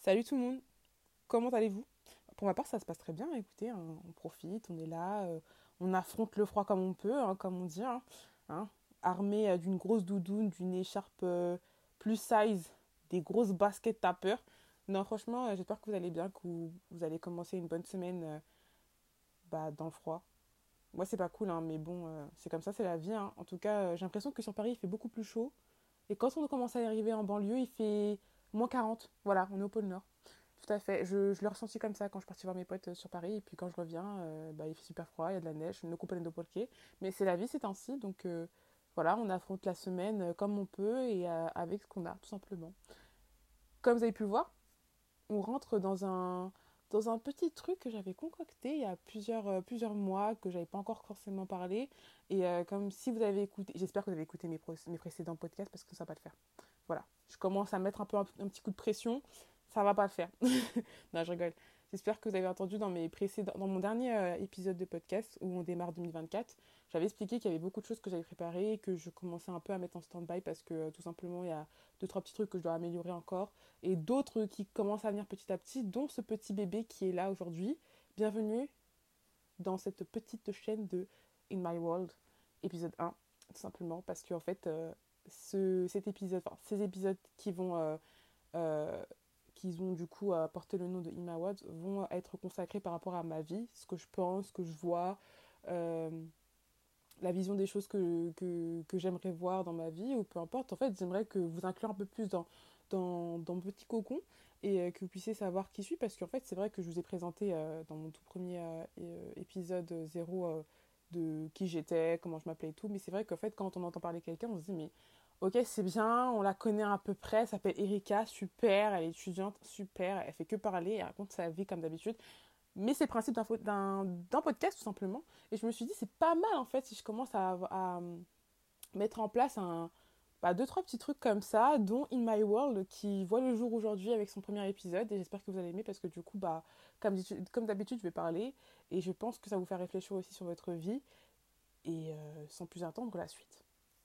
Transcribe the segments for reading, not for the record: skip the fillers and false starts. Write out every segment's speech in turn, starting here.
Salut tout le monde, comment allez-vous? Pour ma part, ça se passe très bien, écoutez, hein, on profite, on est là, on affronte le froid comme on peut, hein, comme on dit, hein, armé d'une grosse doudoune, d'une écharpe plus size, des grosses baskets tapeurs. Non, franchement, j'espère que vous allez bien, que vous allez commencer une bonne semaine dans le froid. Moi, c'est pas cool, hein, mais bon, c'est comme ça, c'est la vie, hein. En tout cas, j'ai l'impression que sur Paris, il fait beaucoup plus chaud. Et quand on commence à y arriver en banlieue, il fait -40. Voilà, on est au pôle Nord. Tout à fait. Je l'ai ressenti comme ça quand je suis partie voir mes potes sur Paris. Et puis quand je reviens, il fait super froid, il y a de la neige, no comprendo por qué. Mais c'est la vie ces temps-ci. Donc voilà, on affronte la semaine comme on peut et avec ce qu'on a, tout simplement. Comme vous avez pu le voir, on rentre dans un petit truc que j'avais concocté il y a plusieurs mois, que j'avais pas encore forcément parlé. Et comme si vous avez écouté, j'espère que vous avez écouté mes précédents podcasts parce que ça va pas le faire. Voilà, je commence à mettre un petit coup de pression, ça va pas le faire. Non, je rigole. J'espère que vous avez entendu dans mon dernier épisode de podcast où on démarre 2024, j'avais expliqué qu'il y avait beaucoup de choses que j'avais préparées et que je commençais un peu à mettre en stand-by parce que tout simplement il y a deux, trois petits trucs que je dois améliorer encore et d'autres qui commencent à venir petit à petit, dont ce petit bébé qui est là aujourd'hui. Bienvenue dans cette petite chaîne de In My World, épisode 1, tout simplement parce qu'en fait, ces épisodes euh, qui ont du coup porté le nom de In My World vont être consacrés par rapport à ma vie, ce que je pense, ce que je vois, euh, la vision des choses que j'aimerais voir dans ma vie, ou peu importe. En fait, j'aimerais que vous inclure un peu plus dans mon petit cocon et que vous puissiez savoir qui je suis, parce qu'en fait, c'est vrai que je vous ai présenté dans mon tout premier épisode zéro de qui j'étais, comment je m'appelais et tout, mais c'est vrai qu'en fait, quand on entend parler de quelqu'un, on se dit, mais ok, c'est bien, on la connaît à peu près, elle s'appelle Erika, super, elle est étudiante, super, elle fait que parler, elle raconte sa vie comme d'habitude. Mais c'est le principe d'un podcast tout simplement. Et je me suis dit, c'est pas mal en fait si je commence à mettre en place deux, trois petits trucs comme ça, dont In My World qui voit le jour aujourd'hui avec son premier épisode. Et j'espère que vous allez aimer parce que du coup, comme d'habitude, je vais parler. Et je pense que ça va vous faire réfléchir aussi sur votre vie. Et sans plus attendre, la suite.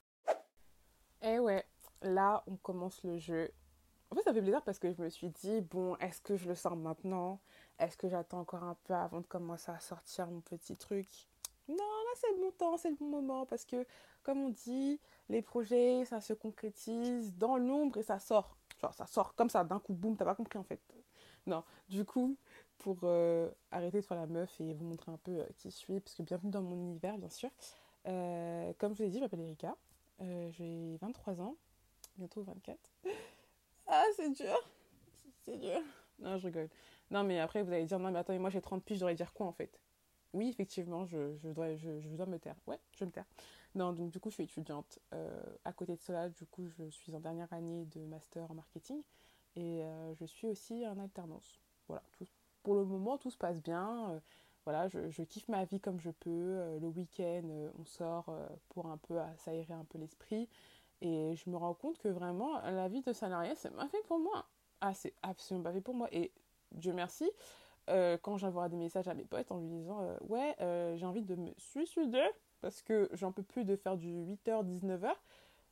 Et ouais, là, on commence le jeu. En fait, ça fait plaisir parce que je me suis dit, bon, est-ce que je le sors maintenant? Est-ce que j'attends encore un peu avant de commencer à sortir mon petit truc? Non, là, c'est le bon temps, c'est le bon moment parce que, comme on dit, les projets, ça se concrétise dans l'ombre et ça sort. Genre, ça sort comme ça, d'un coup, boum, t'as pas compris en fait. Non, du coup, pour arrêter de faire la meuf et vous montrer un peu qui je suis, parce que bienvenue dans mon univers, bien sûr. Comme je vous l'ai dit, je m'appelle Erika. J'ai 23 ans, bientôt 24. Ah, c'est dur, c'est dur. Non, je rigole. Non, mais après, vous allez dire, non, mais attends, mais moi j'ai 30 piges, je devrais dire quoi en fait? Oui, effectivement, je dois me taire. Ouais, je vais me taire. Non, donc du coup, je suis étudiante. À côté de cela, du coup, je suis en dernière année de master en marketing et je suis aussi en alternance. Voilà, pour le moment, tout se passe bien. Voilà, je kiffe ma vie comme je peux. Le week-end, on sort pour un peu s'aérer un peu l'esprit. Et je me rends compte que vraiment, la vie de salarié, c'est pas fait pour moi. Ah, c'est absolument pas fait pour moi. Et Dieu merci, quand j'envoie des messages à mes potes en lui disant ouais, j'ai envie de me suicider parce que j'en peux plus de faire du 8h, 19h.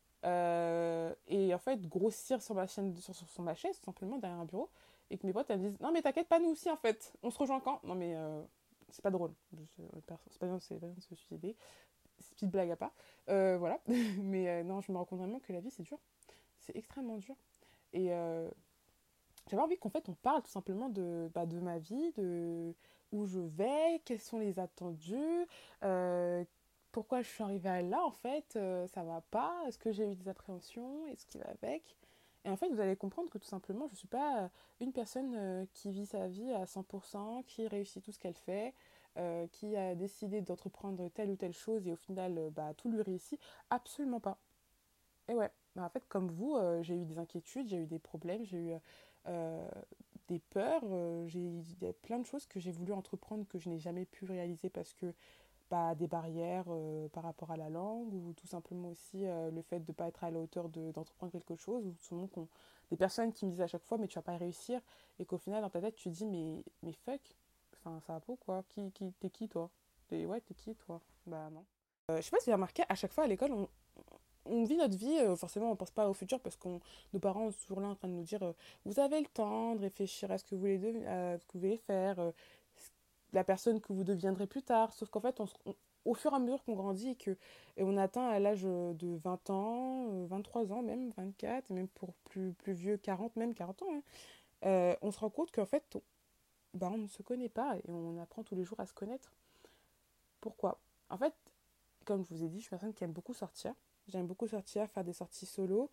Et en fait, grossir sur sur ma chaise, tout simplement, derrière un bureau. Et que mes potes, elles me disent non, mais t'inquiète pas, nous aussi, en fait. On se rejoint quand? Non, mais c'est pas drôle. C'est pas bien de se suicider. Petite blague à part. Voilà. Mais non, je me rends compte vraiment que la vie, c'est dur. C'est extrêmement dur. Et j'avais envie qu'en fait, on parle tout simplement de ma vie, de où je vais, quels sont les attendus, euh, pourquoi je suis arrivée à là, en fait, ça va pas, est-ce que j'ai eu des appréhensions, est-ce qui va avec. Et en fait, vous allez comprendre que tout simplement, je ne suis pas une personne qui vit sa vie à 100%, qui réussit tout ce qu'elle fait, qui a décidé d'entreprendre telle ou telle chose et au final, tout lui réussit. Absolument pas. Et ouais, en fait, comme vous, j'ai eu des inquiétudes, j'ai eu des problèmes, j'ai eu euh, des peurs, il y a plein de choses que j'ai voulu entreprendre que je n'ai jamais pu réaliser parce que des barrières par rapport à la langue ou tout simplement aussi le fait de ne pas être à la hauteur d'entreprendre quelque chose ou souvent des personnes qui me disent à chaque fois mais tu vas pas réussir et qu'au final dans ta tête tu te dis mais fuck, enfin ça va pas ou quoi, t'es qui toi? Ouais, t'es qui toi? Bah non. Je sais pas si vous avez remarqué, à chaque fois à l'école on vit notre vie, forcément on pense pas au futur parce que nos parents sont toujours là en train de nous dire vous avez le temps de réfléchir à ce que vous voulez, à ce que vous voulez faire, la personne que vous deviendrez plus tard. Sauf qu'en fait, au fur et à mesure qu'on grandit et on atteint à l'âge de 20 ans, 23 ans même, 24, et même pour plus vieux, 40, même 40 ans, hein, on se rend compte qu'en fait, on ne se connaît pas et on apprend tous les jours à se connaître. Pourquoi? En fait, comme je vous ai dit, je suis une personne qui aime beaucoup sortir. J'aime beaucoup sortir, faire des sorties solo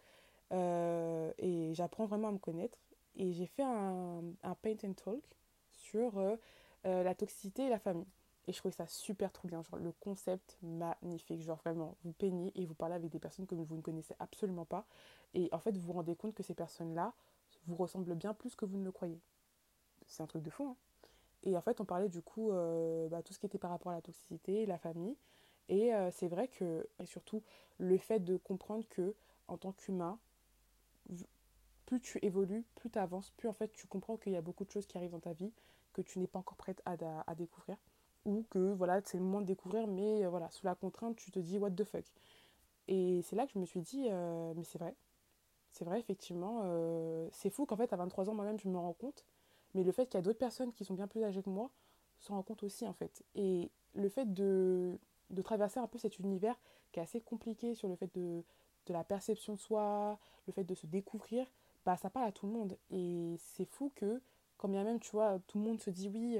et j'apprends vraiment à me connaître. Et j'ai fait un paint and talk sur la toxicité et la famille. Et je trouvais ça super trop bien, genre le concept magnifique, genre vraiment, vous peignez et vous parlez avec des personnes que vous ne connaissez absolument pas. Et en fait, vous vous rendez compte que ces personnes-là vous ressemblent bien plus que vous ne le croyez. C'est un truc de fou, hein. Et en fait, on parlait du coup tout ce qui était par rapport à la toxicité, la famille. Et c'est vrai que, et surtout, le fait de comprendre que, en tant qu'humain, plus tu évolues, plus tu avances, plus en fait tu comprends qu'il y a beaucoup de choses qui arrivent dans ta vie que tu n'es pas encore prête à découvrir. Ou que voilà, c'est le moment de découvrir, mais voilà, sous la contrainte, tu te dis what the fuck. Et c'est là que je me suis dit, mais c'est vrai, effectivement, c'est fou qu'en fait à 23 ans, moi-même, je me rends compte. Mais le fait qu'il y a d'autres personnes qui sont bien plus âgées que moi s'en rendent compte aussi, en fait. Et le fait de traverser un peu cet univers qui est assez compliqué sur le fait de la perception de soi, le fait de se découvrir, bah ça parle à tout le monde. Et c'est fou que, quand bien même, tu vois, tout le monde se dit oui,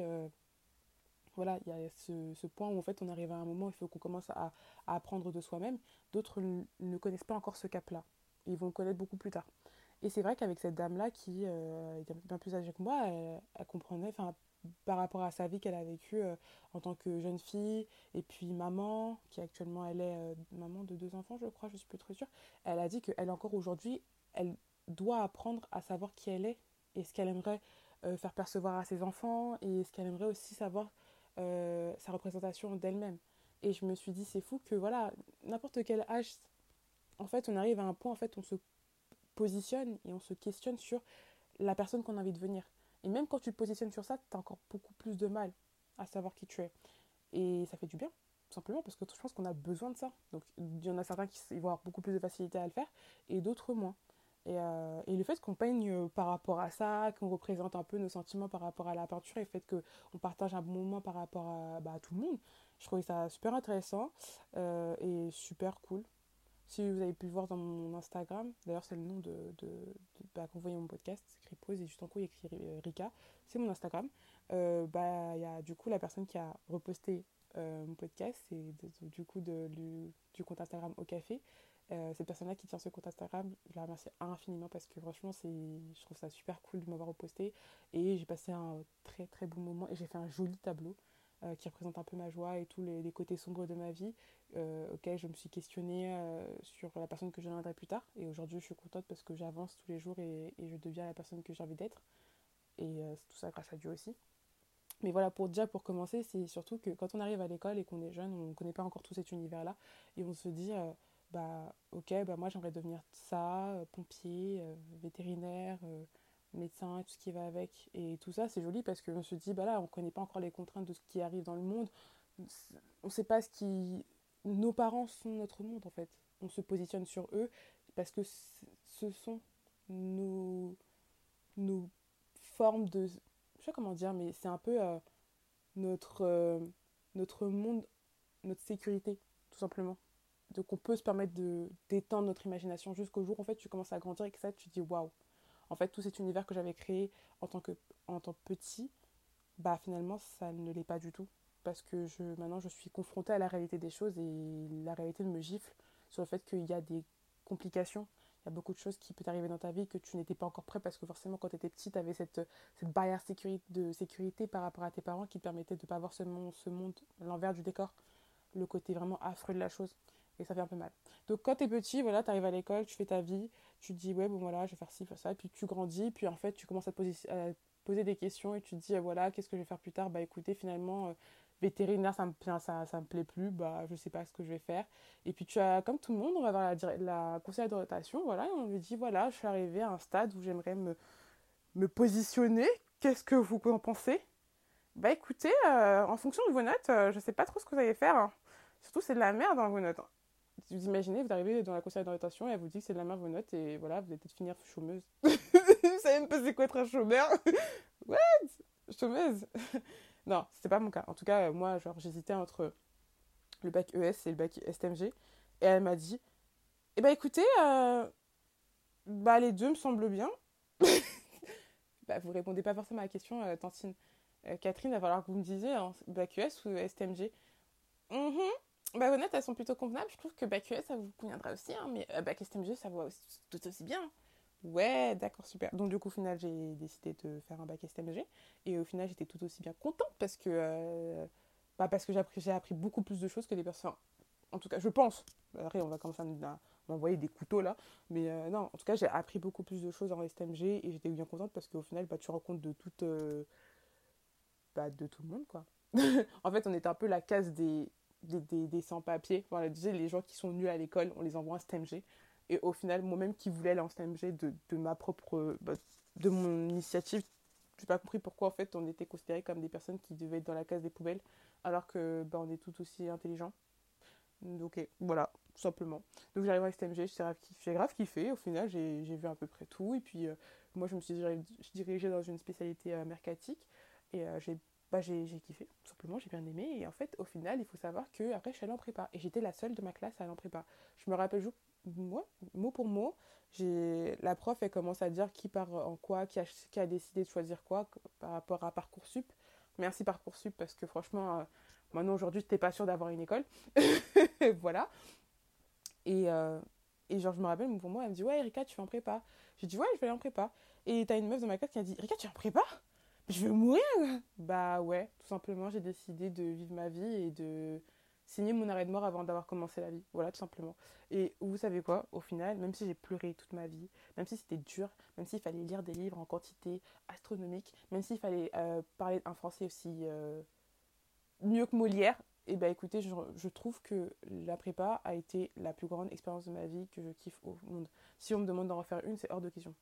voilà, il y a ce point où en fait on arrive à un moment où il faut qu'on commence à apprendre de soi-même. D'autres ne connaissent pas encore ce cap-là. Ils vont le connaître beaucoup plus tard. Et c'est vrai qu'avec cette dame-là, qui est bien plus âgée que moi, elle comprenait, enfin, par rapport à sa vie qu'elle a vécue en tant que jeune fille, et puis maman, qui actuellement, elle est maman de 2 enfants, je crois, je suis plus trop sûre, elle a dit qu'elle, encore aujourd'hui, elle doit apprendre à savoir qui elle est, et ce qu'elle aimerait faire percevoir à ses enfants, et ce qu'elle aimerait aussi savoir sa représentation d'elle-même. Et je me suis dit, c'est fou que, voilà, n'importe quel âge, en fait, on arrive à un point, en fait, on se positionne et on se questionne sur la personne qu'on a envie de devenir. Et même quand tu te positionnes sur ça, tu as encore beaucoup plus de mal à savoir qui tu es. Et ça fait du bien, tout simplement, parce que je pense qu'on a besoin de ça. Donc il y en a certains qui vont avoir beaucoup plus de facilité à le faire et d'autres moins. Et le fait qu'on peigne par rapport à ça, qu'on représente un peu nos sentiments par rapport à la peinture et le fait qu'on partage un bon moment par rapport à tout le monde, je trouvais ça super intéressant et super cool. Si vous avez pu le voir dans mon Instagram, d'ailleurs c'est le nom quand vous voyez mon podcast, c'est écrit pause et juste en dessous il y a écrit Rika, c'est mon Instagram. Il y a du coup la personne qui a reposté mon podcast, c'est du coup du compte Instagram au café. Cette personne-là qui tient ce compte Instagram, je la remercie infiniment parce que franchement je trouve ça super cool de m'avoir reposté et j'ai passé un très très bon moment et j'ai fait un joli tableau qui représente un peu ma joie et tous les côtés sombres de ma vie auquel je me suis questionnée sur la personne que je deviendrai plus tard. Et aujourd'hui, je suis contente parce que j'avance tous les jours et je deviens la personne que j'ai envie d'être. Et c'est tout ça grâce à Dieu aussi. Mais voilà, pour commencer, c'est surtout que quand on arrive à l'école et qu'on est jeune, on ne connaît pas encore tout cet univers-là. Et on se dit, ok, moi j'aimerais devenir ça, pompier, vétérinaire, médecin, tout ce qui va avec. Et tout ça, c'est joli parce qu'on se dit, là, on ne connaît pas encore les contraintes de ce qui arrive dans le monde. On ne sait pas ce qui... Nos parents sont notre monde, en fait. On se positionne sur eux parce que ce sont nos, nos formes de... Je sais pas comment dire, mais c'est un peu notre, notre monde, notre sécurité, tout simplement. Donc on peut se permettre d'étendre notre imagination jusqu'au jour où en fait tu commences à grandir et que ça tu te dis waouh. En fait tout cet univers que j'avais créé en tant que petit, finalement ça ne l'est pas du tout parce que maintenant je suis confrontée à la réalité des choses et la réalité me gifle sur le fait qu'il y a des complications. Il y a beaucoup de choses qui peuvent arriver dans ta vie que tu n'étais pas encore prêt parce que forcément quand tu étais petite tu avais cette barrière de sécurité par rapport à tes parents qui te permettait de ne pas voir ce monde, l'envers du décor, le côté vraiment affreux de la chose. Et ça fait un peu mal. Donc quand t'es petit, voilà, t'arrives à l'école, tu fais ta vie, tu te dis ouais bon voilà, je vais faire ci, faire ça, et puis tu grandis, puis en fait tu commences à poser des questions et tu te dis voilà, qu'est-ce que je vais faire plus tard? Écoutez, finalement, vétérinaire ça me plaît plus, je sais pas ce que je vais faire. Et puis tu as, comme tout le monde, on va voir la conseillère d'orientation, voilà, et on lui dit voilà, je suis arrivée à un stade où j'aimerais me positionner, qu'est-ce que vous en pensez? Écoutez, en fonction de vos notes, je sais pas trop ce que vous allez faire, hein. Surtout c'est de la merde, hein, vos notes. Vous imaginez, vous arrivez dans la conseillère d'orientation et elle vous dit que c'est de la merde vos notes et voilà, vous allez peut-être finir chômeuse. Vous savez même pas c'est quoi être un chômeur? What? Chômeuse? Non, c'était pas mon cas. En tout cas, moi, genre, j'hésitais entre le bac ES et le bac STMG. Et elle m'a dit, eh ben écoutez, bah les deux me semblent bien. Bah, vous répondez pas forcément à la question, Tantine. Catherine, il va falloir que vous me disiez, hein, bac ES ou STMG. Mhm. Bah honnête, elles sont plutôt convenables. Je trouve que bac ES, ça vous conviendra aussi, hein, mais bac STMG, ça va aussi, tout aussi bien. Ouais, d'accord, super. Donc du coup, au final, j'ai décidé de faire un bac STMG. Et au final, j'étais tout aussi bien contente parce que j'ai appris beaucoup plus de choses que des personnes. En tout cas, je pense. Après, on va commencer à m'envoyer des couteaux là. Mais non, en tout cas, j'ai appris beaucoup plus de choses en STMG et j'étais bien contente parce qu'au final, bah, tu rends compte de tout le monde, quoi. En fait, on était un peu la case des sans-papiers. Voilà, les gens qui sont nuls à l'école, on les envoie en STMG. Et au final, moi-même qui voulais aller en STMG de ma propre. De mon initiative, j'ai pas compris pourquoi en fait on était considérés comme des personnes qui devaient être dans la case des poubelles alors que bah, on est tout aussi intelligents. Donc, ok, voilà, tout simplement. Donc j'arrive en STMG, j'ai grave kiffé. Au final, j'ai vu à peu près tout. Et puis, moi, je me suis dirigée dans une spécialité mercatique. Et j'ai kiffé, tout simplement, j'ai bien aimé. Et en fait, au final, il faut savoir que après je suis allée en prépa. Et j'étais la seule de ma classe à aller en prépa. Je me rappelle moi, mot pour mot, la prof, elle commence à dire qui part en quoi, qui a décidé de choisir quoi par rapport à Parcoursup. Merci Parcoursup, parce que franchement, maintenant, aujourd'hui, t'es pas sûr d'avoir une école. Voilà. Et, euh, et genre, je me rappelle, pour moi, elle me dit, ouais, Erika, tu vas en prépa. J'ai dit, ouais, je vais aller en prépa. Et t'as une meuf dans ma classe qui a dit, Erika, tu vas en prépa? Je vais mourir. Bah ouais, tout simplement, j'ai décidé de vivre ma vie et de signer mon arrêt de mort avant d'avoir commencé la vie. Voilà, tout simplement. Et vous savez quoi? Au final, même si j'ai pleuré toute ma vie, même si c'était dur, même s'il fallait lire des livres en quantité astronomique, même s'il fallait parler un français aussi mieux que Molière, et bah écoutez, je trouve que la prépa a été la plus grande expérience de ma vie que je kiffe au monde. Si on me demande d'en refaire une, c'est hors de question.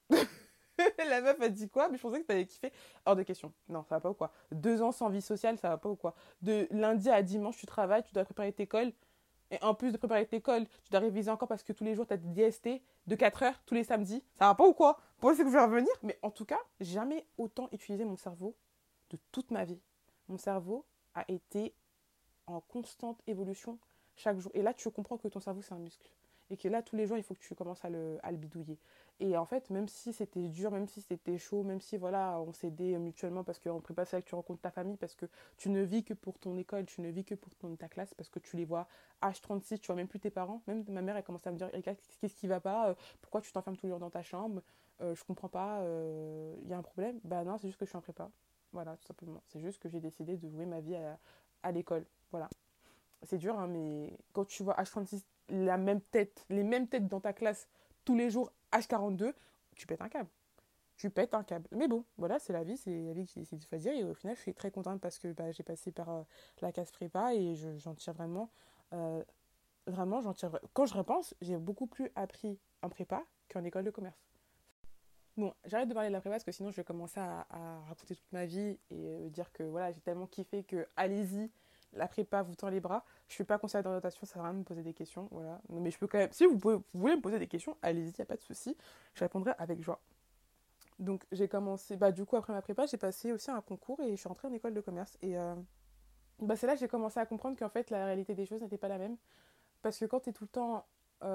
La meuf a dit quoi? Mais je pensais que t'avais kiffé. Hors de question. Non, ça va pas ou quoi? 2 ans sans vie sociale, ça va pas ou quoi? De lundi à dimanche, tu travailles, tu dois préparer tes cols. Et en plus de préparer tes cols, tu dois réviser encore parce que tous les jours, tu as des DST de 4 heures tous les samedis. Ça va pas ou quoi? Vous pensez que je vais revenir? Mais en tout cas, jamais autant utilisé mon cerveau de toute ma vie. Mon cerveau a été en constante évolution chaque jour. Et là, tu comprends que ton cerveau, c'est un muscle. Et que là, tous les jours, il faut que tu commences à le bidouiller. Et en fait, même si c'était dur, même si c'était chaud, même si voilà, on s'aidait mutuellement parce qu'en prépa, c'est là que tu rencontres ta famille, parce que tu ne vis que pour ton école, tu ne vis que pour ta classe, parce que tu les vois H36, tu vois même plus tes parents. Même ma mère, elle commence à me dire, Erika, qu'est-ce qui va pas? Pourquoi tu t'enfermes tous les jours dans ta chambre? Je comprends pas, il y a un problème? Bah non, c'est juste que je suis en prépa. Voilà, tout simplement. C'est juste que j'ai décidé de vouer ma vie à l'école. Voilà. C'est dur, hein, mais quand tu vois H36, les mêmes têtes dans ta classe tous les jours, H42, tu pètes un câble. Tu pètes un câble. Mais bon, voilà, c'est la vie, c'est la vie que j'ai décidé de choisir. Et au final, je suis très contente parce que bah, j'ai passé par la case prépa et j'en tire vraiment. Vraiment, j'en tire. Quand je repense, j'ai beaucoup plus appris en prépa qu'en école de commerce. Bon, j'arrête de parler de la prépa parce que sinon je vais commencer à raconter toute ma vie et dire que voilà, j'ai tellement kiffé que allez-y, la prépa vous tend les bras. Je suis pas conseillère d'orientation, ça sert à rien de me poser des questions, voilà. Mais je peux quand même, si vous voulez me poser des questions, allez-y, y a pas de souci, je répondrai avec joie. Donc j'ai commencé, bah du coup après ma prépa, j'ai passé aussi un concours et je suis rentrée en école de commerce et bah c'est là que j'ai commencé à comprendre qu'en fait la réalité des choses n'était pas la même parce que quand tu es tout le temps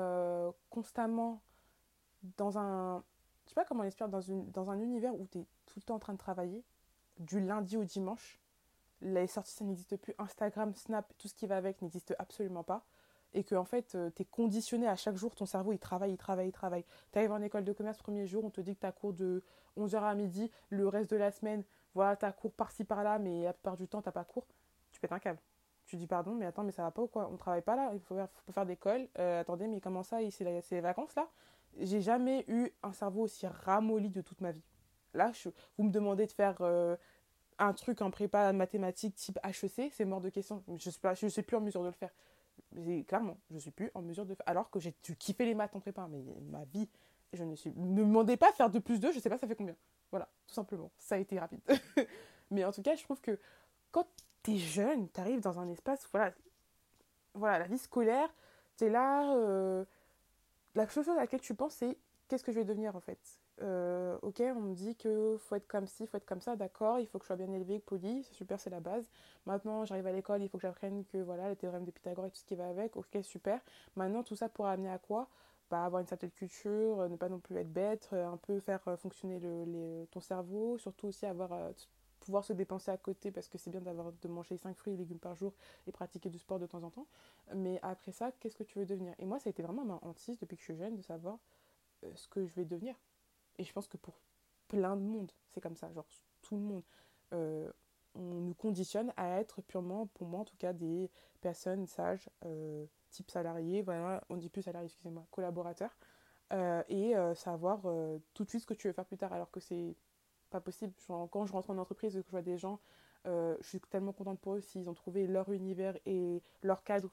constamment dans un, je sais pas comment l'expliquer, dans un univers où tu es tout le temps en train de travailler, du lundi au dimanche, les sorties ça n'existe plus, Instagram, Snap, tout ce qui va avec n'existe absolument pas, et que en fait tu es conditionné à chaque jour, ton cerveau il travaille, il travaille, il travaille. Tu arrives en école de commerce, premier jour, on te dit que tu as cours de 11h à midi, le reste de la semaine, voilà, tu as cours par-ci par-là, mais la plupart du temps tu pas cours, tu pètes un câble. Tu dis pardon, mais attends, mais ça va pas ou quoi? On travaille pas là, faut faire des cols. Attendez, mais comment ça, c'est les vacances là? J'ai jamais eu un cerveau aussi ramolli de toute ma vie. Là, vous me demandez de faire un truc en prépa mathématiques type HEC, c'est mort de question. Je suis plus en mesure de le faire. Clairement, je suis plus en mesure de le faire. Alors que j'ai kiffé les maths en prépa, mais ma vie, je ne suis. Ne me demandez pas de faire 2 plus 2, je sais pas ça fait combien. Voilà, tout simplement. Ça a été rapide. Mais en tout cas, je trouve que quand t'es jeune, t'arrives dans un espace, voilà, la vie scolaire, t'es là, la seule chose à laquelle tu penses, c'est qu'est-ce que je vais devenir en fait. Ok, on me dit que faut être comme ci, faut être comme ça, d'accord, il faut que je sois bien élevée, poli, c'est super, c'est la base. Maintenant, j'arrive à l'école, il faut que j'apprenne que voilà, les théorèmes de Pythagore et tout ce qui va avec, ok, super. Maintenant, tout ça pour amener à quoi? Bah, avoir une certaine culture, ne pas non plus être bête, un peu faire fonctionner ton cerveau, surtout aussi avoir pouvoir se dépenser à côté parce que c'est bien de manger 5 fruits et légumes par jour et pratiquer du sport de temps en temps. Mais après ça, qu'est-ce que tu veux devenir? Et moi, ça a été vraiment ma hantise depuis que je suis jeune de savoir ce que je vais devenir. Et je pense que pour plein de monde, c'est comme ça, genre tout le monde. Euh, on nous conditionne à être purement, pour moi en tout cas, des personnes sages, type salarié, voilà, on dit plus salarié, excusez-moi, collaborateur, et savoir tout de suite ce que tu veux faire plus tard, alors que c'est pas possible. Genre, quand je rentre en entreprise et que je vois des gens, je suis tellement contente pour eux s'ils ont trouvé leur univers et leur cadre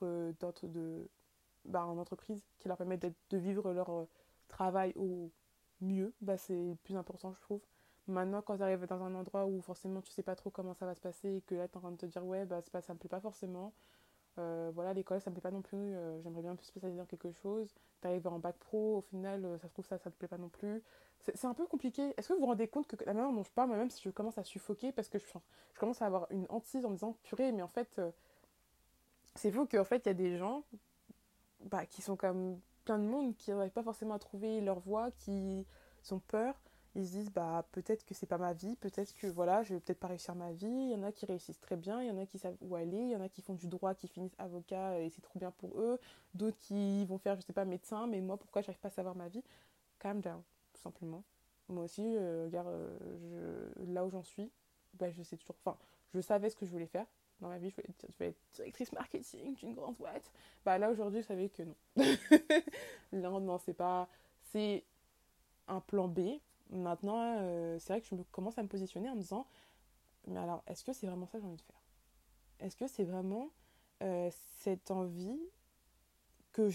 en entreprise qui leur permet de vivre leur travail au mieux, bah, c'est le plus important, je trouve. Maintenant, quand tu arrives dans un endroit où forcément tu sais pas trop comment ça va se passer et que là tu es en train de te dire ouais, bah, ça me plaît pas forcément, voilà, l'école ça me plaît pas non plus, j'aimerais bien me spécialiser dans quelque chose. Tu arrives en bac pro, au final, ça se trouve ça te plaît pas non plus. C'est un peu compliqué. Est-ce que vous vous rendez compte que la manière dont je parle, moi-même, si je commence à suffoquer parce que je commence à avoir une hantise en me disant purée, mais en fait, c'est fou qu'en fait, il y a des gens bah, qui sont comme plein de monde, qui n'arrivent pas forcément à trouver leur voie, qui ont peur. Ils se disent, bah, peut-être que c'est pas ma vie, peut-être que voilà, je vais peut-être pas réussir ma vie. Il y en a qui réussissent très bien, il y en a qui savent où aller, il y en a qui font du droit, qui finissent avocat et c'est trop bien pour eux. D'autres qui vont faire, je sais pas, médecin, mais moi, pourquoi j'arrive pas à savoir ma vie? Calm down, tout simplement. Moi aussi, regarde, là où j'en suis, bah, je sais toujours, enfin, je savais ce que je voulais faire dans ma vie, je vais être directrice marketing d'une grande boîte. Bah là aujourd'hui, je savais que non. Non, non, c'est pas. C'est un plan B. Maintenant, c'est vrai que je commence à me positionner en me disant, mais alors, est-ce que c'est vraiment ça que j'ai envie de faire? Est-ce que c'est vraiment cette envie que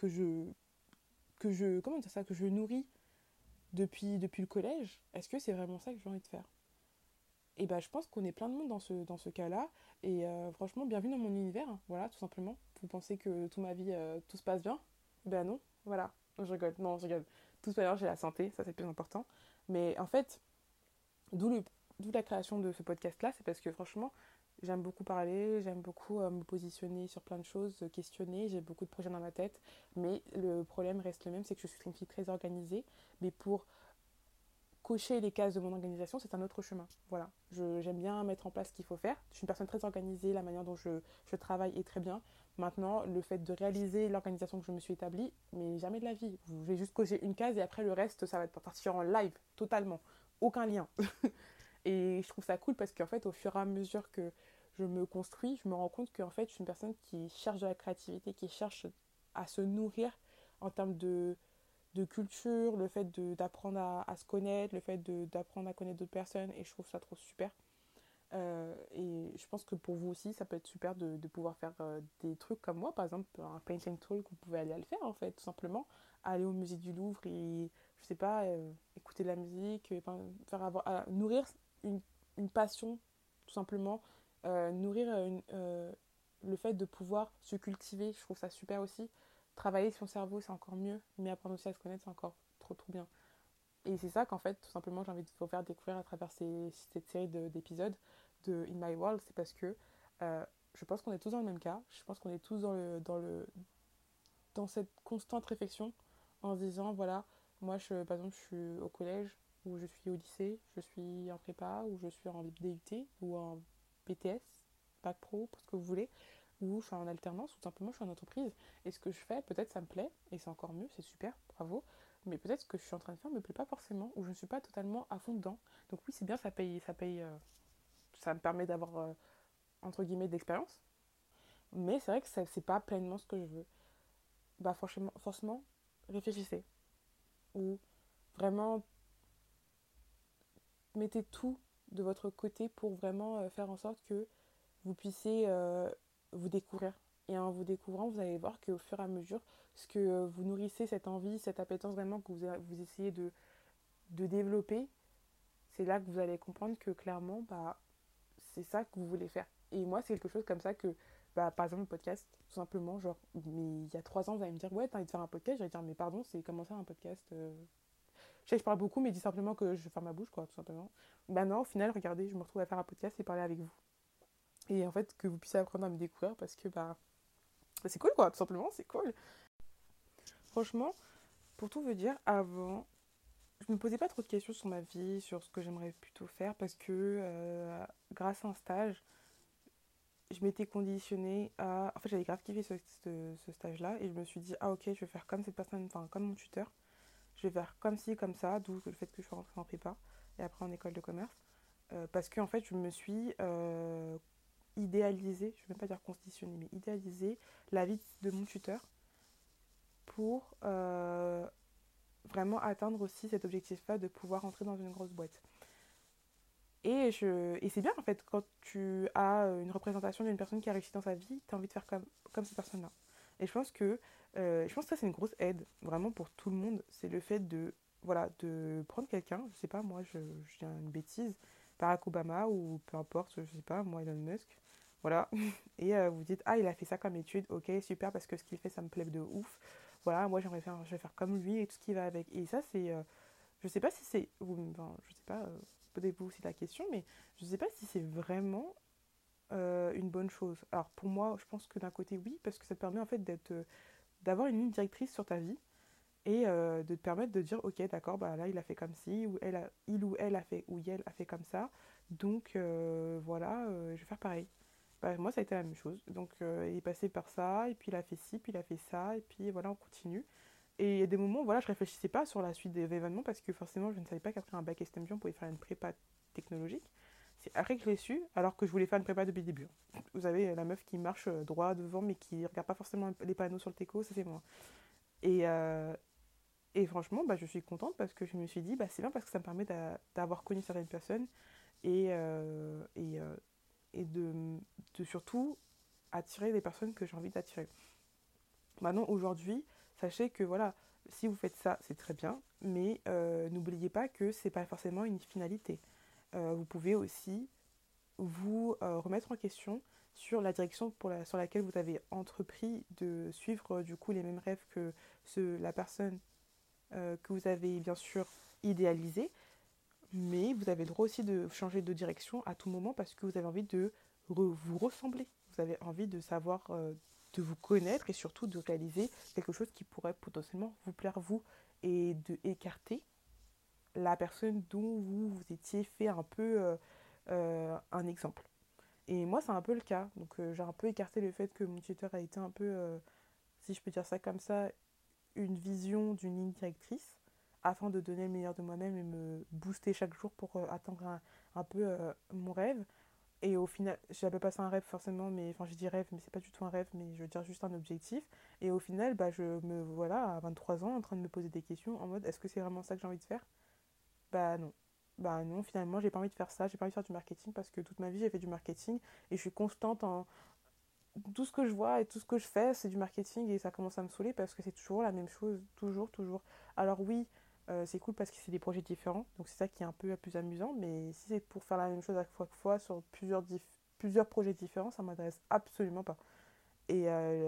comment dire ça, que je nourris depuis le collège? Est-ce que c'est vraiment ça que j'ai envie de faire? Et bah, je pense qu'on est plein de monde dans ce cas-là. Et franchement, bienvenue dans mon univers. Hein. Voilà, tout simplement. Vous pensez que toute ma vie, tout se passe bien? Ben non, voilà. Je rigole. Non, je rigole. Tout à l'heure, j'ai la santé, ça c'est le plus important. Mais en fait, d'où, le, d'où la création de ce podcast-là, c'est parce que franchement, j'aime beaucoup parler, j'aime beaucoup me positionner sur plein de choses, questionner, j'ai beaucoup de projets dans ma tête. Mais le problème reste le même, c'est que je suis une fille très organisée. Mais pour cocher les cases de mon organisation, c'est un autre chemin. Voilà. J'aime bien mettre en place ce qu'il faut faire. Je suis une personne très organisée, la manière dont je travaille est très bien. Maintenant, le fait de réaliser l'organisation que je me suis établie, mais jamais de la vie. Je vais juste cocher une case et après le reste, ça va être partir en live, totalement. Aucun lien. Et je trouve ça cool parce qu'en fait, au fur et à mesure que je me construis, je me rends compte qu'en fait, je suis une personne qui cherche de la créativité, qui cherche à se nourrir en termes de culture, le fait d'apprendre à se connaître, le fait d'apprendre à connaître d'autres personnes, et je trouve ça trop super. Et je pense que pour vous aussi, ça peut être super de pouvoir faire des trucs comme moi, par exemple un painting talk, vous pouvez aller à le faire en fait, tout simplement. Aller au musée du Louvre et, je sais pas, écouter de la musique, faire nourrir une, une passion, tout simplement. Nourrir le fait de pouvoir se cultiver, je trouve ça super aussi. Travailler son cerveau, c'est encore mieux, mais apprendre aussi à se connaître, c'est encore trop trop bien. Et c'est ça qu'en fait, tout simplement, j'ai envie de vous faire découvrir à travers cette série d'épisodes de In My World, c'est parce que je pense qu'on est tous dans le même cas. Je pense qu'on est tous dans cette constante réflexion en se disant, voilà, moi, par exemple, je suis au collège, ou je suis au lycée, je suis en prépa, ou je suis en DUT, ou en BTS, bac pro, pour ce que vous voulez, ou je suis en alternance, ou tout simplement je suis en entreprise. Et ce que je fais, peut-être ça me plaît, et c'est encore mieux, c'est super, bravo. Mais peut-être ce que je suis en train de faire ne me plaît pas forcément, ou je ne suis pas totalement à fond dedans. Donc oui, c'est bien, ça me permet d'avoir, entre guillemets, d'expérience. Mais c'est vrai que c'est pas pleinement ce que je veux. Bah franchement, forcément, réfléchissez. Ou vraiment, mettez tout de votre côté pour vraiment faire en sorte que vous puissiez vous découvrir. Et en vous découvrant, vous allez voir qu'au fur et à mesure, ce que vous nourrissez, cette envie, cette appétence vraiment que vous essayez de développer, c'est là que vous allez comprendre que clairement, bah, c'est ça que vous voulez faire. Et moi, c'est quelque chose comme ça que Bah, par exemple, le podcast, tout simplement, genre, mais il y a 3 ans, vous allez me dire, ouais, t'as envie de faire un podcast, j'allais dire, mais pardon, c'est comment ça un podcast Je sais que je parle beaucoup, mais dis simplement que je ferme ma bouche, quoi, tout simplement. Bah non, au final, regardez, je me retrouve à faire un podcast et parler avec vous. Et en fait, que vous puissiez apprendre à me découvrir parce que, bah, c'est cool, quoi, tout simplement, c'est cool. Franchement, pour tout vous dire, avant, je me posais pas trop de questions sur ma vie, sur ce que j'aimerais plutôt faire parce que, grâce à un stage, je m'étais conditionnée à. En fait, j'avais grave kiffé ce stage-là et je me suis dit, ah ok, je vais faire comme cette personne, enfin, comme mon tuteur. Je vais faire comme ci, comme ça, d'où le fait que je suis rentrée en prépa et après en école de commerce. Parce que en fait, je me suis idéalisée, je ne vais même pas dire conditionnée, mais idéalisée la vie de mon tuteur pour vraiment atteindre aussi cet objectif-là de pouvoir entrer dans une grosse boîte. Et c'est bien en fait, quand tu as une représentation d'une personne qui a réussi dans sa vie, tu as envie de faire comme cette personne-là. Et je pense que ça c'est une grosse aide, vraiment pour tout le monde. C'est le fait de, voilà, de prendre quelqu'un, je sais pas, moi je dis une bêtise, Barack Obama ou peu importe, je sais pas, moi Elon Musk, voilà. Et vous dites, ah il a fait ça comme étude, ok super, parce que ce qu'il fait ça me plaît de ouf. Voilà, moi je vais faire comme lui et tout ce qui va avec. Et ça c'est je sais pas si c'est. Enfin, je sais pas, posez-vous aussi la question, mais je sais pas si c'est vraiment une bonne chose. Alors pour moi, je pense que d'un côté, oui, parce que ça te permet en fait d'avoir une ligne directrice sur ta vie et de te permettre de dire, ok, d'accord, bah là il a fait comme ci, ou il ou elle a fait, ou elle a fait comme ça, donc voilà, je vais faire pareil. Bah, moi, ça a été la même chose. Donc, il est passé par ça, et puis il a fait ci, puis il a fait ça, et puis voilà, on continue. Et il y a des moments, voilà, je réfléchissais pas sur la suite des événements parce que forcément, je ne savais pas qu'après un bac STMG, on pouvait faire une prépa technologique. C'est après que je l'ai su, alors que je voulais faire une prépa depuis le début. Vous savez, la meuf qui marche droit devant, mais qui regarde pas forcément les panneaux sur le teco, ça c'est moi. Et, euh, et franchement, bah, je suis contente parce que je me suis dit, bah, c'est bien parce que ça me permet d'avoir connu certaines personnes et, euh, et, euh, et de surtout attirer les personnes que j'ai envie d'attirer. Maintenant, aujourd'hui, sachez que voilà, si vous faites ça, c'est très bien, mais n'oubliez pas que c'est pas forcément une finalité. Vous pouvez aussi vous remettre en question sur la direction sur laquelle vous avez entrepris de suivre du coup les mêmes rêves que la personne que vous avez bien sûr idéalisée, mais vous avez le droit aussi de changer de direction à tout moment parce que vous avez envie de vous ressembler. Vous avez envie de savoir, de vous connaître et surtout de réaliser quelque chose qui pourrait potentiellement vous plaire vous et de écarter la personne dont vous vous étiez fait un peu un exemple. Et moi, c'est un peu le cas. Donc, j'ai un peu écarté le fait que mon tuteur a été un peu, si je peux dire ça comme ça, une vision d'une ligne directrice afin de donner le meilleur de moi-même et me booster chaque jour pour atteindre un peu mon rêve. Et au final, j'appelle pas ça un rêve forcément, mais enfin je dis rêve, mais c'est pas du tout un rêve, mais je veux dire juste un objectif. Et au final, bah, je me voilà à 23 ans en train de me poser des questions en mode est-ce que c'est vraiment ça que j'ai envie de faire? Bah non. Bah non, finalement, j'ai pas envie de faire ça, j'ai pas envie de faire du marketing parce que toute ma vie j'ai fait du marketing et je suis constante en, tout ce que je vois et tout ce que je fais, c'est du marketing et ça commence à me saouler parce que c'est toujours la même chose, toujours, toujours. Alors oui, c'est cool parce que c'est des projets différents, donc c'est ça qui est un peu plus amusant, mais si c'est pour faire la même chose à chaque fois sur plusieurs projets différents, ça m'intéresse absolument pas. Et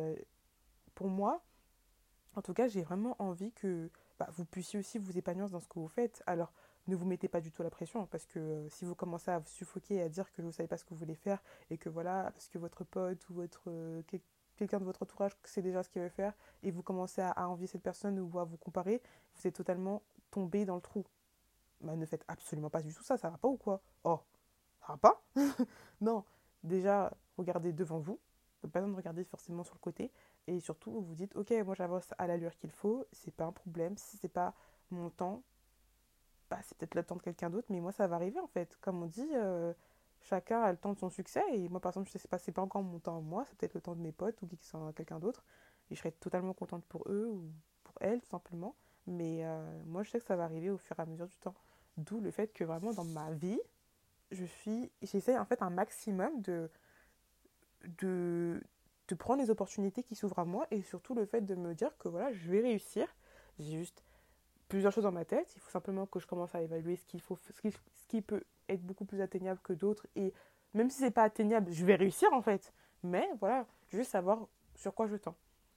pour moi, en tout cas, j'ai vraiment envie que bah, vous puissiez aussi vous épanouir dans ce que vous faites. Alors, ne vous mettez pas du tout la pression, parce que si vous commencez à vous suffoquer et à dire que vous ne savez pas ce que vous voulez faire, et que voilà, parce que votre pote ou quelqu'un de votre entourage sait déjà ce qu'il veut faire, et vous commencez à envier cette personne ou à vous comparer, vous êtes totalement tombé dans le trou. Bah, ne faites absolument pas du tout ça, ça va pas ou quoi? Oh, ça va pas? Non, déjà, regardez devant vous. Pas besoin de regarder forcément sur le côté. Et surtout, vous vous dites, ok, moi j'avance à l'allure qu'il faut, c'est pas un problème. Si c'est pas mon temps, bah, c'est peut-être le temps de quelqu'un d'autre, mais moi ça va arriver en fait. Comme on dit, chacun a le temps de son succès. Et moi par exemple, je sais pas, c'est pas encore mon temps à moi, c'est peut-être le temps de mes potes ou quelqu'un d'autre. Et je serais totalement contente pour eux ou pour elles, tout simplement. Mais moi je sais que ça va arriver au fur et à mesure du temps. D'où le fait que vraiment dans ma vie, j'essaie en fait un maximum de, de prendre les opportunités qui s'ouvrent à moi et surtout le fait de me dire que voilà, je vais réussir. J'ai juste plusieurs choses dans ma tête. Il faut simplement que je commence à évaluer ce qui peut être beaucoup plus atteignable que d'autres. Et même si c'est pas atteignable, je vais réussir en fait. Mais voilà, je veux savoir sur quoi je tends.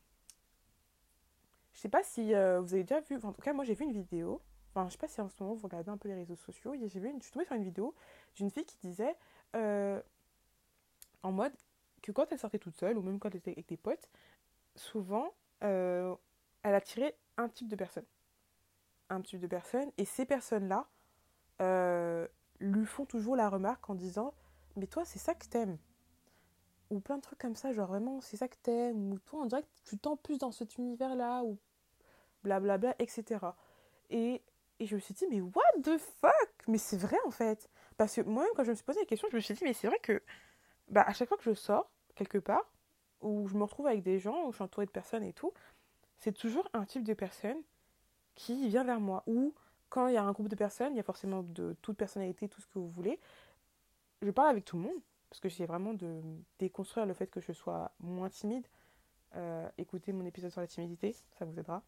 Je sais pas si vous avez déjà vu, enfin, en tout cas moi j'ai vu une vidéo, enfin je sais pas si en ce moment vous regardez un peu les réseaux sociaux, je suis tombée sur une vidéo d'une fille qui disait euh, en mode que quand elle sortait toute seule ou même quand elle était avec des potes, souvent euh, elle attirait un type de personne. Un type de personne et ces personnes-là euh, lui font toujours la remarque en disant mais toi c'est ça que t'aimes ou plein de trucs comme ça genre vraiment c'est ça que t'aimes ou toi on dirait que tu tends plus dans cet univers-là ou blablabla etc. Et, et je me suis dit, mais what the fuck? Mais c'est vrai en fait. Parce que moi-même, quand je me suis posé la question, je me suis dit, mais c'est vrai que bah, à chaque fois que je sors quelque part, où je me retrouve avec des gens, où je suis entourée de personnes et tout, c'est toujours un type de personne qui vient vers moi. Ou quand il y a un groupe de personnes, il y a forcément de toute personnalité, tout ce que vous voulez. Je parle avec tout le monde, parce que j'essaie vraiment de déconstruire le fait que je sois moins timide. Écoutez mon épisode sur la timidité, ça vous aidera.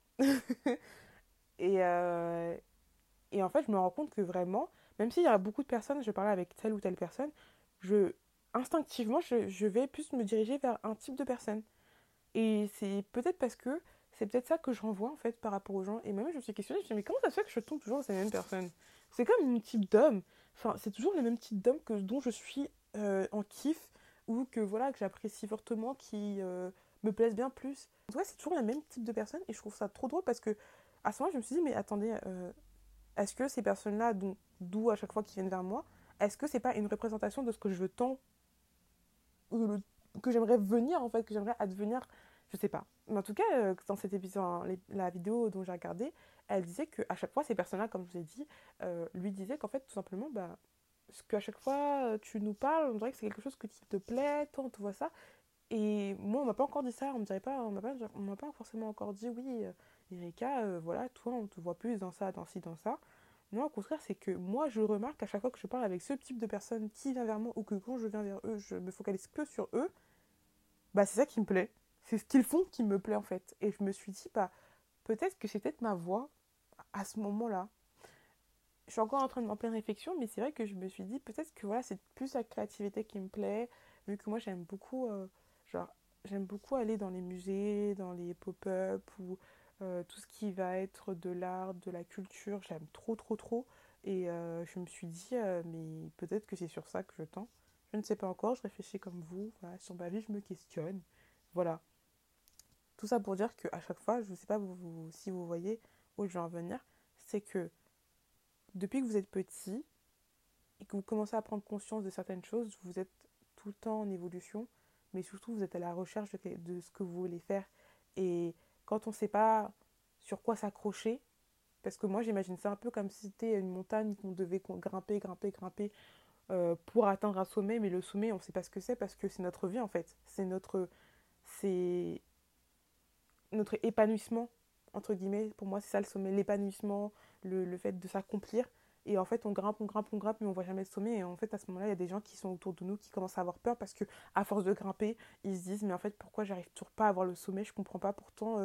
Et, Et en fait, je me rends compte que vraiment, même s'il y a beaucoup de personnes, je parlais avec telle ou telle personne, je, instinctivement, je vais plus me diriger vers un type de personne. Et c'est peut-être parce que c'est peut-être ça que je renvoie en fait par rapport aux gens. Et moi-même, je me suis questionnée, je me suis dit, mais comment ça se fait que je tombe toujours dans ces mêmes personnes? C'est comme un type d'homme. Enfin, c'est toujours le même type d'homme que dont je suis en kiff ou que voilà que j'apprécie fortement, qui me plaisent bien plus. En tout cas, c'est toujours le même type de personne et je trouve ça trop drôle parce que à ce moment, je me suis dit, mais attendez, est-ce que ces personnes-là, d'où à chaque fois qu'ils viennent vers moi, est-ce que c'est pas une représentation de ce que je tends, ou que j'aimerais venir en fait, que j'aimerais advenir, je sais pas. Mais en tout cas, dans cet épisode, hein, la vidéo dont j'ai regardé, elle disait qu'à chaque fois, ces personnes-là, comme je vous ai dit, lui disaient qu'en fait, tout simplement, bah, ce qu'à chaque fois tu nous parles, on dirait que c'est quelque chose qui te plaît, toi on te voit ça. Et moi, on m'a pas encore dit ça, on me dirait pas, on m'a pas forcément encore dit, oui, Erika, voilà, toi on te voit plus dans ça, dans ci, dans ça. Non, au contraire, c'est que moi, je remarque à chaque fois que je parle avec ce type de personne qui vient vers moi ou que quand je viens vers eux, je me focalise que sur eux, bah c'est ça qui me plaît. C'est ce qu'ils font qui me plaît en fait. Et je me suis dit, bah peut-être que c'est peut-être ma voix à ce moment-là. Je suis encore en train de m'en pleine réflexion, mais c'est vrai que je me suis dit, peut-être que voilà, c'est plus la créativité qui me plaît, vu que moi j'aime beaucoup, genre, j'aime beaucoup aller dans les musées, dans les pop-up ou tout ce qui va être de l'art, de la culture, j'aime trop, trop, trop. Et je me suis dit, mais peut-être que c'est sur ça que je tends. Je ne sais pas encore, je réfléchis comme vous, voilà, sur ma vie, je me questionne. Voilà. Tout ça pour dire qu'à chaque fois, je ne sais pas si vous voyez où je vais en venir, c'est que depuis que vous êtes petit, et que vous commencez à prendre conscience de certaines choses, vous êtes tout le temps en évolution, mais surtout vous êtes à la recherche de ce que vous voulez faire. Et quand on ne sait pas sur quoi s'accrocher, parce que moi j'imagine ça un peu comme si c'était une montagne qu'on devait grimper, grimper, grimper pour atteindre un sommet, mais le sommet on ne sait pas ce que c'est parce que c'est notre vie en fait. C'est notre épanouissement, entre guillemets, pour moi c'est ça le sommet, l'épanouissement, le fait de s'accomplir. Et en fait, on grimpe, on grimpe, on grimpe, mais on voit jamais le sommet. Et en fait, à ce moment-là, il y a des gens qui sont autour de nous qui commencent à avoir peur parce que, à force de grimper, ils se disent, mais en fait, pourquoi j'arrive toujours pas à avoir le sommet? Je comprends pas. Pourtant,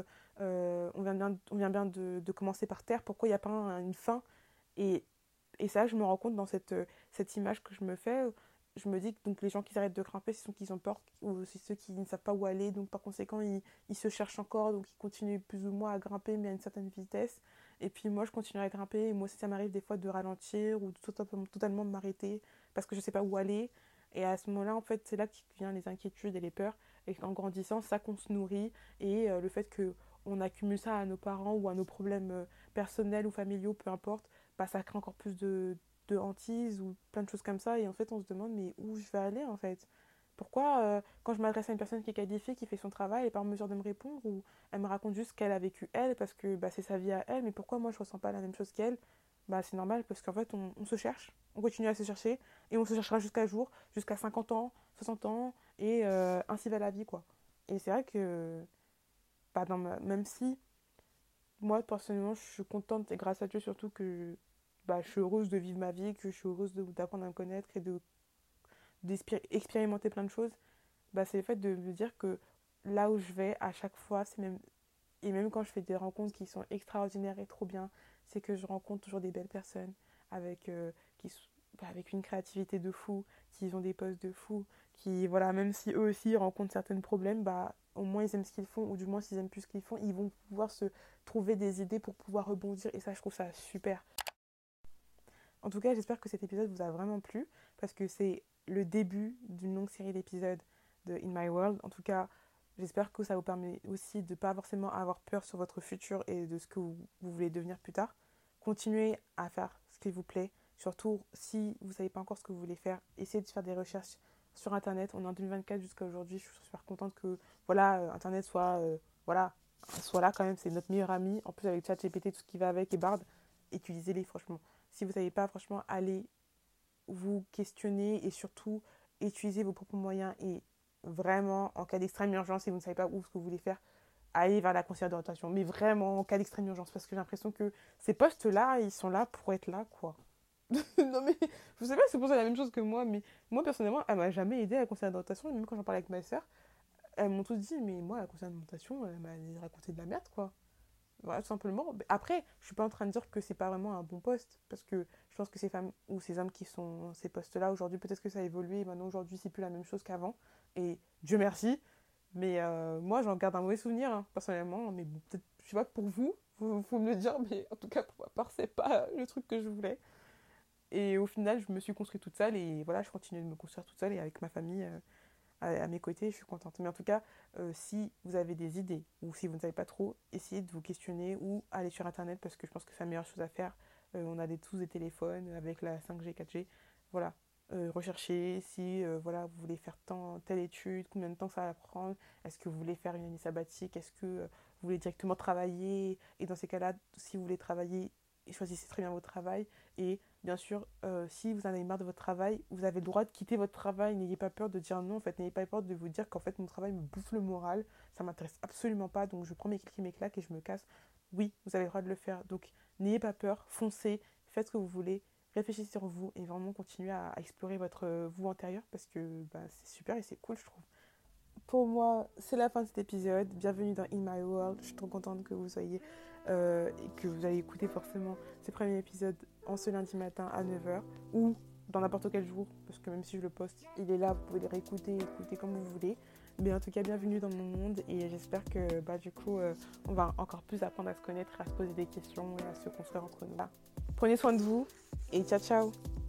on vient bien de commencer par terre. Pourquoi il n'y a pas une fin? Et, et ça, je me rends compte dans cette image que je me fais. Je me dis que donc, les gens qui arrêtent de grimper, ce sont ceux qui ont peur ou c'est ceux qui ne savent pas où aller. Donc, par conséquent, ils se cherchent encore. Donc, ils continuent plus ou moins à grimper, mais à une certaine vitesse. Et puis, moi, je continue à grimper. Et moi aussi, ça m'arrive des fois de ralentir ou totalement de m'arrêter parce que je ne sais pas où aller. Et à ce moment-là, en fait, c'est là que viennent les inquiétudes et les peurs. Et en grandissant, ça qu'on se nourrit. Et le fait qu'on accumule ça à nos parents ou à nos problèmes personnels ou familiaux, peu importe, bah, ça crée encore plus de hantises ou plein de choses comme ça. Et en fait, on se demande, mais où je vais aller en fait? Pourquoi, quand je m'adresse à une personne qui est qualifiée, qui fait son travail, elle n'est pas en mesure de me répondre ou elle me raconte juste ce qu'elle a vécu elle parce que bah, c'est sa vie à elle, mais pourquoi moi je ressens pas la même chose qu'elle? Bah, c'est normal parce qu'en fait, on se cherche, on continue à se chercher et on se cherchera jusqu'à jour, jusqu'à 50 ans, 60 ans et ainsi va la vie quoi. Et c'est vrai que bah, même si moi, personnellement, je suis contente, et grâce à Dieu surtout, que bah, je suis heureuse de vivre ma vie, que je suis heureuse d'apprendre à me connaître et d'expérimenter plein de choses. Bah, c'est le fait de me dire que là où je vais, à chaque fois, et même quand je fais des rencontres qui sont extraordinaires et trop bien, c'est que je rencontre toujours des belles personnes avec, avec une créativité de fou, qui ont des postes de fou, qui, voilà, même si eux aussi rencontrent certains problèmes, au moins ils aiment ce qu'ils font, ou du moins s'ils aiment plus ce qu'ils font, ils vont pouvoir se trouver des idées pour pouvoir rebondir, et ça, je trouve ça super. En tout cas, j'espère que cet épisode vous a vraiment plu, parce que c'est le début d'une longue série d'épisodes de In My World. En tout cas, j'espère que ça vous permet aussi de ne pas forcément avoir peur sur votre futur et de ce que vous voulez devenir plus tard. Continuez à faire ce qui vous plaît. Surtout, si vous ne savez pas encore ce que vous voulez faire, essayez de faire des recherches sur Internet. On est en 2024 jusqu'à aujourd'hui. Je suis super contente que voilà, Internet soit là quand même. C'est notre meilleur ami. En plus, avec ChatGPT, tout ce qui va avec et Bard, utilisez-les franchement. Si vous ne savez pas, franchement, allez vous questionner et surtout utiliser vos propres moyens. Et vraiment, en cas d'extrême urgence, si vous ne savez pas où ce que vous voulez faire, allez vers la conseillère d'orientation. Mais vraiment, en cas d'extrême urgence, parce que j'ai l'impression que ces postes-là, ils sont là pour être là, quoi. Non mais, je sais pas si c'est pour ça la même chose que moi, mais moi, personnellement, elle m'a jamais aidé à la conseillère d'orientation. Et même quand j'en parlais avec ma soeur, elles m'ont tous dit, mais moi, la conseillère d'orientation, elle m'a raconté de la merde, quoi. Voilà, tout simplement. Après, je suis pas en train de dire que c'est pas vraiment un bon poste, parce que je pense que ces femmes ou ces hommes qui sont ces postes-là aujourd'hui, peut-être que ça a évolué. Maintenant, aujourd'hui, c'est plus la même chose qu'avant. Et Dieu merci. Mais moi, j'en garde un mauvais souvenir, hein, personnellement. Mais bon, peut-être, je sais pas pour vous, faut me le dire, mais en tout cas, pour ma part, c'est pas le truc que je voulais. Et au final, je me suis construite toute seule, et voilà, je continue de me construire toute seule, et avec ma famille à mes côtés, je suis contente. Mais en tout cas, si vous avez des idées ou si vous ne savez pas trop, essayez de vous questionner ou aller sur Internet parce que je pense que c'est la meilleure chose à faire. On a tous des téléphones avec la 5G, 4G. Voilà. Recherchez si voilà, vous voulez faire telle étude, combien de temps ça va prendre, est-ce que vous voulez faire une année sabbatique, est-ce que vous voulez directement travailler, et dans ces cas-là, si vous voulez travailler, choisissez très bien votre travail. Et bien sûr, si vous en avez marre de votre travail, vous avez le droit de quitter votre travail. N'ayez pas peur de dire non. En fait, n'ayez pas peur de vous dire qu'en fait, mon travail me bouffe le moral. Ça m'intéresse absolument pas. Donc, je prends mes clics et mes claques et je me casse. Oui, vous avez le droit de le faire. Donc, n'ayez pas peur. Foncez. Faites ce que vous voulez. Réfléchissez sur vous et vraiment continuez à explorer votre vous intérieur parce que c'est super et c'est cool, je trouve. Pour moi, c'est la fin de cet épisode. Bienvenue dans In My World. Je suis trop contente que vous soyez et que vous allez écouter forcément ces premiers épisodes en ce lundi matin à 9h ou dans n'importe quel jour, parce que même si je le poste, il est là, vous pouvez les réécouter, écouter comme vous voulez. Mais en tout cas, bienvenue dans mon monde et j'espère que du coup, on va encore plus apprendre à se connaître, à se poser des questions et à se construire entre nous. Prenez soin de vous et ciao ciao.